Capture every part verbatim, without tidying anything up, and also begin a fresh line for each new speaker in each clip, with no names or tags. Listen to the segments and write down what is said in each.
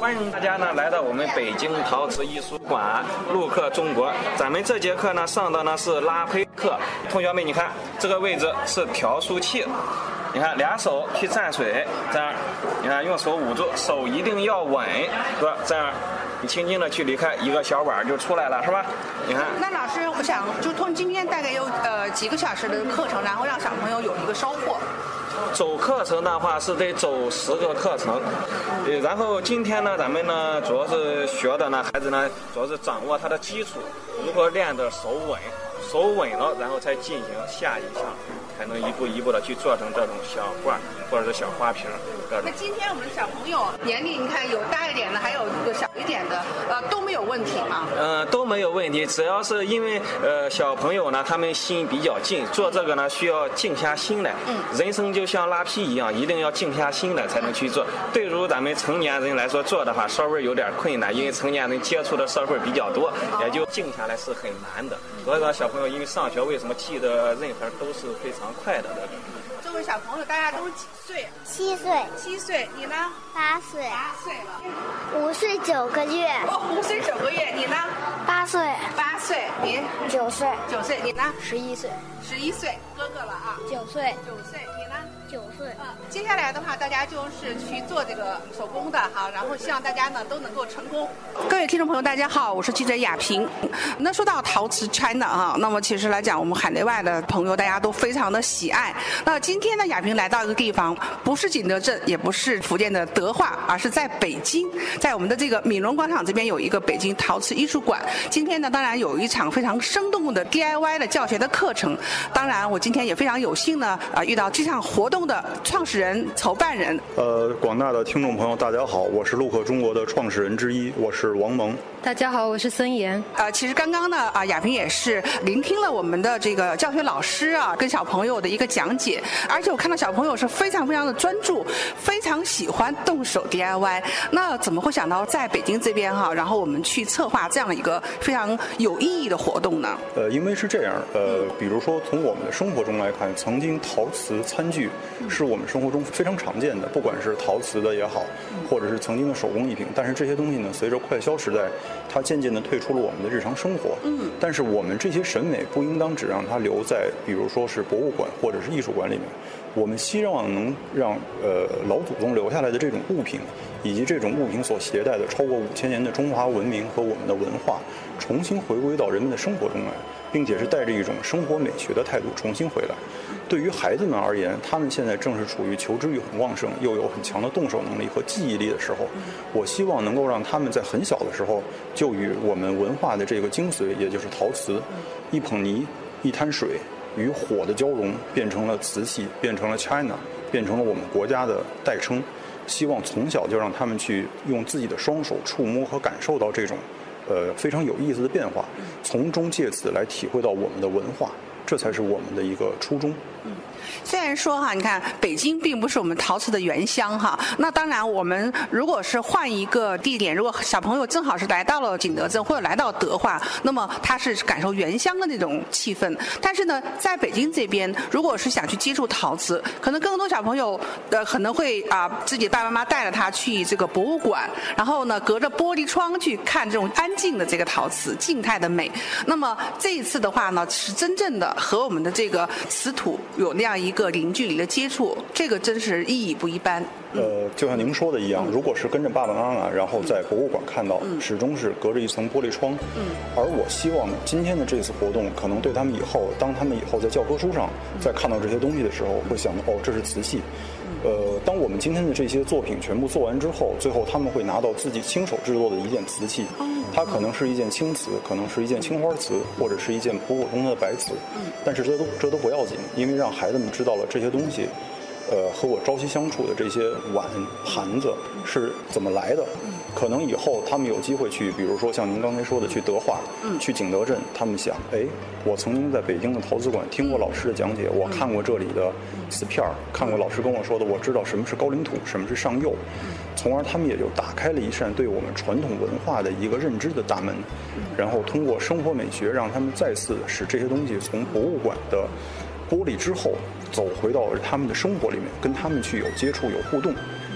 欢迎大家呢来到我们北京陶瓷艺术馆陆客中国。咱们这节课呢上的呢是拉胚课。同学们，你看这个位置是调书器，你看俩手去蘸水，这样，你看用手捂住，手一定要稳，是吧？这样。你轻轻的去离开，一个小碗就出来了，是吧？你看。
那老师，我想就通今天大概有呃几个小时的课程，然后让小朋友有一个收获。
走课程的话是得走十个课程，呃，然后今天呢，咱们呢主要是学的呢，孩子呢主要是掌握他的基础，如何练得手稳，手稳了，然后再进行下一项，才能一步一步的去做成这种小罐或者是小花瓶。
那今天我们的小朋友年龄，你看有大一点的，还有有小一点的，呃，都没有问题吗？
呃，都没有问题，只要是因为呃小朋友呢，他们心比较静，做这个呢需要静下心来。嗯。人生就像拉坯一样，一定要静下心来才能去做。对如咱们成年人来说，做的话稍微有点困难，因为成年人接触的社会比较多，也就静下来是很难的。所以说小朋友因为上学，为什么记得任何都是非常快的这个。
这位小朋友，大家都几岁？
七岁。
七岁，你呢？
八岁。
八岁了。
五岁九个月。
哦，五岁九个月，你呢？
八岁。
八岁，你？
九岁。
九岁，你呢？
十一岁。
十一岁，哥哥了啊。
九岁。
九岁，你呢？
九岁。
嗯，接下来的话，大家就是去做这个手工的哈，然后希望大家呢都能够成功。各位听众朋友，大家好，我是记者雅萍。那说到陶瓷 China 哈，那么其实来讲，我们海内外的朋友大家都非常的喜爱。那今天呢，雅萍来到一个地方，不是景德镇，也不是福建的德化，而是在北京，在我们的这个闽伦广场这边有一个北京陶瓷艺术馆。今天呢，当然有一场非常生动的 D I Y 的教学的课程。当然，我今天也非常有幸呢，啊、呃，遇到这场活动的创始人、筹办人。
呃，广大的听众朋友，大家好，我是陆客中国的创始人之一，我是王蒙。
大家好，我是孙岩。
呃，其实刚刚呢，啊，雅萍也是聆听了我们的这个教学老师啊，跟小朋友的一个讲解，而且我看到小朋友是非常非常的专注，非常喜欢动手 D I Y。那怎么会想到在北京这边哈、啊，然后我们去策划这样的一个非常有意义的活动呢？
呃，因为是这样，呃，比如说从我们的生活中来看，曾经陶瓷餐具是我们生活中非常常见的，不管是陶瓷的也好，或者是曾经的手工艺品，但是这些东西呢，随着快消时代，它渐渐地退出了我们的日常生活。嗯。但是我们这些审美不应当只让它留在，比如说是博物馆或者是艺术馆里面。我们希望能让呃老祖宗留下来的这种物品，以及这种物品所携带的超过五千年的中华文明和我们的文化，重新回归到人们的生活中来，并且是带着一种生活美学的态度重新回来。对于孩子们而言，他们现在正是处于求知欲很旺盛，又有很强的动手能力和记忆力的时候。我希望能够让他们在很小的时候就与我们文化的这个精髓，也就是陶瓷，一捧泥，一滩水，与火的交融，变成了瓷器，变成了 China， 变成了我们国家的代称。希望从小就让他们去用自己的双手触摸和感受到这种呃非常有意思的变化，从中借此来体会到我们的文化，这才是我们的一个初衷。
嗯，虽然说哈，你看北京并不是我们陶瓷的原乡哈，那当然我们如果是换一个地点，如果小朋友正好是来到了景德镇或者来到德化，那么他是感受原乡的那种气氛。但是呢，在北京这边，如果是想去接触陶瓷，可能更多小朋友呃可能会啊、呃、自己爸爸妈妈带着他去这个博物馆，然后呢隔着玻璃窗去看这种安静的这个陶瓷静态的美。那么这一次的话呢，是真正的和我们的这个瓷土有那样一个零距离的接触，这个真是意义不一般。
呃，就像您说的一样，如果是跟着爸爸妈妈，然后在博物馆看到，嗯、始终是隔着一层玻璃窗。嗯。而我希望今天的这次活动，可能对他们以后，当他们以后在教科书上再看到这些东西的时候，会想到哦，这是瓷器。呃，当我们今天的这些作品全部做完之后，最后他们会拿到自己亲手制作的一件瓷器。它可能是一件青瓷，可能是一件青花瓷，或者是一件普普通通的白瓷。但是这都这都不要紧，因为让孩子们知道了这些东西，呃，和我朝夕相处的这些碗盘子是怎么来的。可能以后他们有机会去，比如说像您刚才说的去德化，去景德镇，他们想，哎，我曾经在北京的陶瓷馆听过老师的讲解，我看过这里的瓷片儿，看过老师跟我说的，我知道什么是高岭土，什么是上釉，从而他们也就打开了一扇对我们传统文化的一个认知的大门，然后通过生活美学，让他们再次使这些东西从博物馆的玻璃之后走回到他们的生活里面，跟他们去有接触、有互动。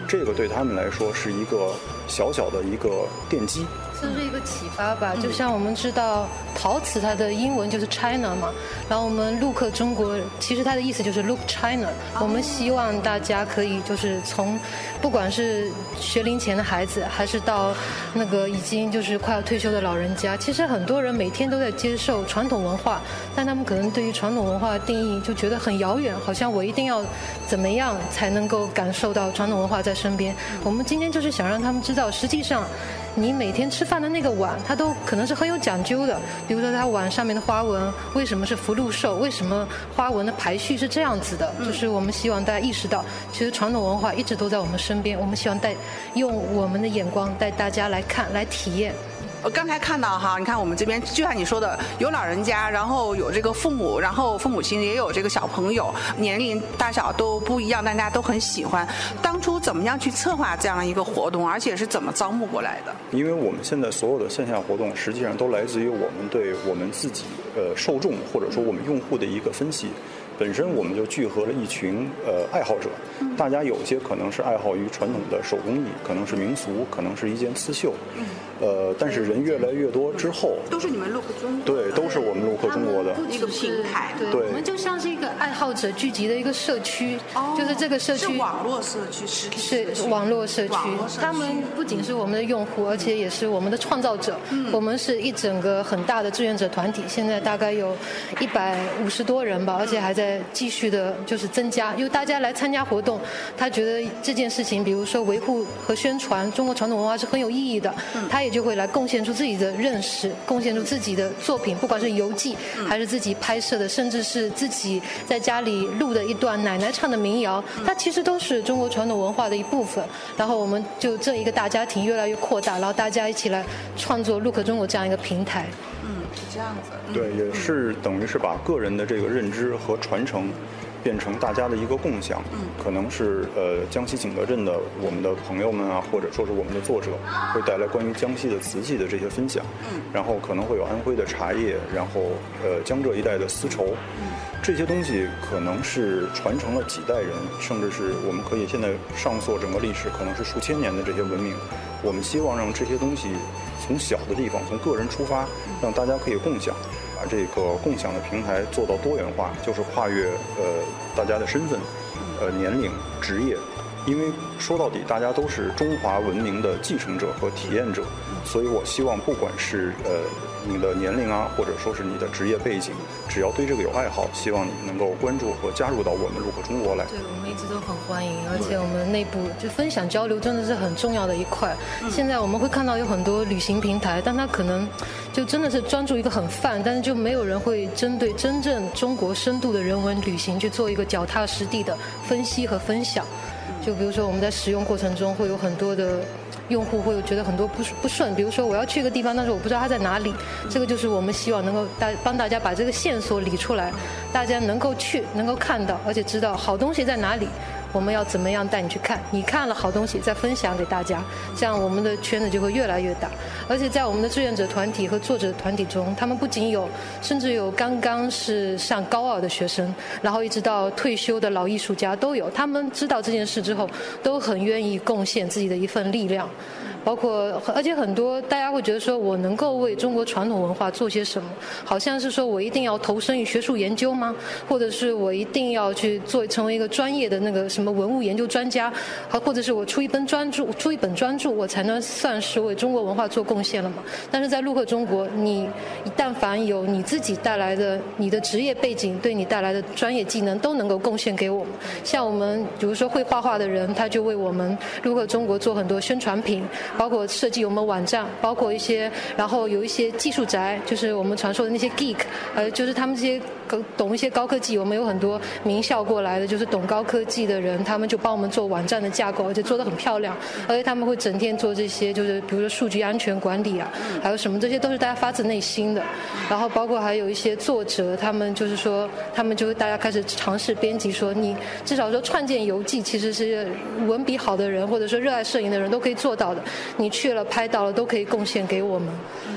这个对他们来说是一个小小的一个奠基。
算是一个启发吧，就像我们知道陶瓷它的英文就是 China 嘛，然后我们陆客中国其实它的意思就是 Look China。我们希望大家可以就是从不管是学龄前的孩子，还是到那个已经就是快要退休的老人家，其实很多人每天都在接受传统文化，但他们可能对于传统文化的定义就觉得很遥远，好像我一定要怎么样才能够感受到传统文化在身边。我们今天就是想让他们知道，实际上你每天吃饭的那个碗，它都可能是很有讲究的。比如说，它碗上面的花纹为什么是福禄寿？为什么花纹的排序是这样子的？就是我们希望大家意识到，其实传统文化一直都在我们身边。我们希望带用我们的眼光带大家来看、来体验。
我刚才看到哈，你看我们这边就像你说的，有老人家，然后有这个父母，然后父母亲也有这个小朋友，年龄大小都不一样，但大家都很喜欢。当初怎么样去策划这样一个活动，而且是怎么招募过来的？
因为我们现在所有的线下活动，实际上都来自于我们对我们自己呃受众或者说我们用户的一个分析。本身我们就聚合了一群呃爱好者，大家有些可能是爱好于传统的手工艺，可能是民俗，可能是一件刺绣，呃，但是人越来越多之后，
都是你们陆客中国，
对，都是我们陆客中国的
一个平台，
对，我们就像是一个爱好者聚集的一个社区，
哦、
就是这个社区
是网络社区，
是是网络社区，他们不仅是我们的用户，而且也是我们的创造者。嗯、我们是一整个很大的志愿者团体，现在大概有一百五十多人吧，而且还在继续的就是增加，因为大家来参加活动，他觉得这件事情，比如说维护和宣传中国传统文化是很有意义的，他也就会来贡献出自己的认识，贡献出自己的作品，不管是游记还是自己拍摄的，甚至是自己在家里录的一段奶奶唱的民谣，它其实都是中国传统文化的一部分。然后我们就这一个大家庭越来越扩大，然后大家一起来创作陆客中国这样一个平台。
嗯，是这样子。
对，也是等于是把个人的这个认知和传承变成大家的一个共享。嗯，可能是呃江西景德镇的我们的朋友们啊，或者说是我们的作者，会带来关于江西的瓷器的这些分享。嗯，然后可能会有安徽的茶叶，然后呃江浙一带的丝绸。嗯，这些东西可能是传承了几代人，甚至是我们可以现在上溯整个历史，可能是数千年的这些文明。我们希望让这些东西从小的地方，从个人出发，让大家可以共享，把这个共享的平台做到多元化，就是跨越呃大家的身份、呃年龄、职业。因为说到底，大家都是中华文明的继承者和体验者，所以我希望不管是呃你的年龄啊，或者说是你的职业背景，只要对这个有爱好，希望你能够关注和加入到我们陆客中国来。
对，我们一直都很欢迎，而且我们内部就分享交流真的是很重要的一块。嗯、现在我们会看到有很多旅行平台，但它可能就真的是专注一个很泛，但是就没有人会针对真正中国深度的人文旅行去做一个脚踏实地的分析和分享。就比如说我们在使用过程中会有很多的用户会觉得很多不不顺，比如说我要去一个地方，但是我不知道它在哪里，这个就是我们希望能够大帮大家把这个线索理出来，大家能够去能够看到，而且知道好东西在哪里，我们要怎么样带你去看，你看了好东西再分享给大家，这样我们的圈子就会越来越大。而且在我们的志愿者团体和作者团体中，他们不仅有甚至有刚刚是上高二的学生，然后一直到退休的老艺术家都有，他们知道这件事之后都很愿意贡献自己的一份力量。包括而且很多大家会觉得说，我能够为中国传统文化做些什么，好像是说我一定要投身于学术研究吗？或者是我一定要去做成为一个专业的那个什么文物研究专家，或者是我出一本专著出一本专著我才能算是为中国文化做贡献了嘛？但是在陆客中国，你但凡有你自己带来的你的职业背景对你带来的专业技能都能够贡献给我们。像我们比如说会画画的人，他就为我们陆客中国做很多宣传品，包括设计我们网站，包括一些然后有一些技术宅，就是我们传说的那些 geek， 呃，就是他们这些懂一些高科技，我们有很多名校过来的，就是懂高科技的人，他们就帮我们做网站的架构，而且做得很漂亮，而且他们会整天做这些，就是比如说数据安全管理啊，还有什么，这些都是大家发自内心的。然后包括还有一些作者，他们就是说，他们就大家开始尝试编辑，说你至少说创建游记，其实是文笔好的人或者说热爱摄影的人都可以做到的，你去了拍到了都可以贡献给我们。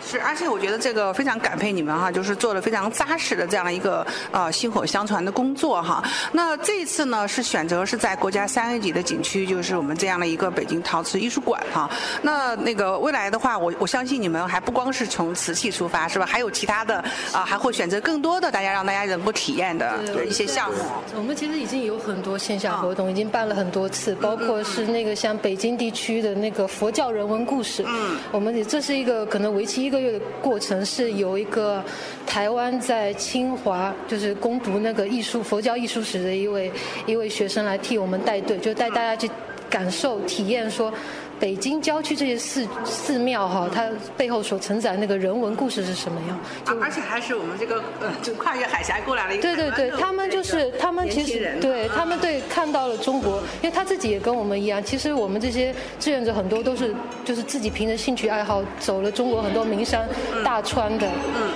是，而且我觉得这个非常感佩你们哈，就是做了非常扎实的这样的一个呃薪火相传的工作哈。那这一次呢是选择是在国家三 A 级的景区，就是我们这样的一个北京陶瓷艺术馆哈。那那个未来的话，我我相信你们还不光是从瓷器出发是吧？还有其他的啊、呃，还会选择更多的大家让大家能够体验的一些项目。
我们其实已经有很多线下活动，已经办了很多次，包括是那个像北京地区的那个佛教人文故事。嗯，我们这是一个可能为期一个月的过程，是有一个台湾在清华就是攻读那个艺术佛教艺术史的一位一位学生来替我们带队，就带大家去感受体验说北京郊区这些寺寺庙哈，它背后所承载那个人文故事是什么样？
就而且还是我们这个呃，就跨越海峡过来了一个。
对对对，他们就是他们其实对他们对看到了中国，因为他自己也跟我们一样，其实我们这些志愿者很多都是就是自己凭着兴趣爱好走了中国很多名山大川的。嗯。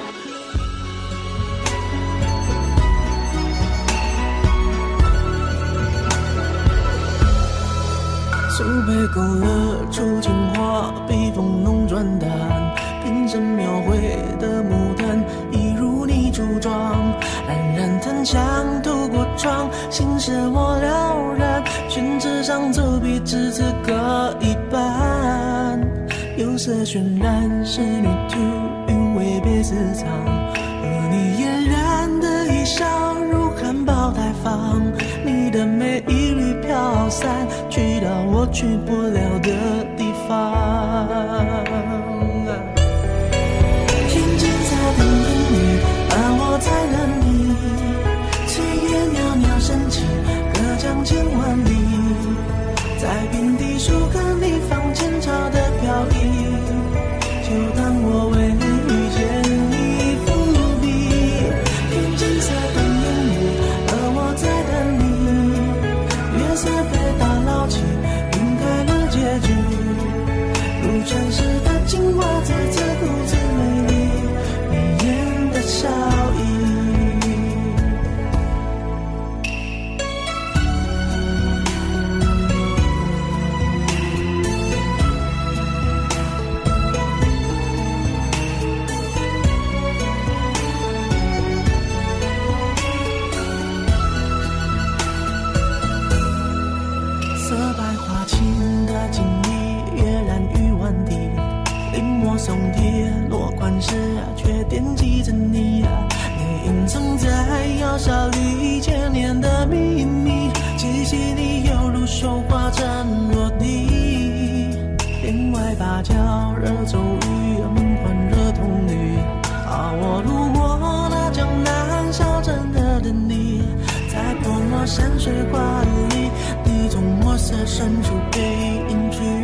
苏北勾勒出情话，笔锋浓转淡，瓶身描绘的牡丹，一如你梳妆，冉冉檀香透过窗，心事我了然，宣纸上走笔至此各一半，釉色渲染仕女图，韵味别私藏，和你嫣然的一笑如含苞待放，你的美一缕飘散，去到我去不了的地方。天际在等等你，而我在等你，岁月袅袅升起，隔江千万里，在遍地树根里放前朝的飘逸，就当我为你遇见你伏笔。天际在等你，而我在等你，月色被打捞起，晕开了结局，如传世的青蛙，自自顾自美丽，迷眼的笑意。色白花青的锦衣，跃然于万地，临摹松贴落款时却惦记着你，你隐藏在窑烧里千年的秘密，气息里犹如绣花针落地，帘外芭蕉惹骤雨，门环惹铜绿，啊我路过那江南小镇的等你，在泼墨山水画里，你从墨色深处背影去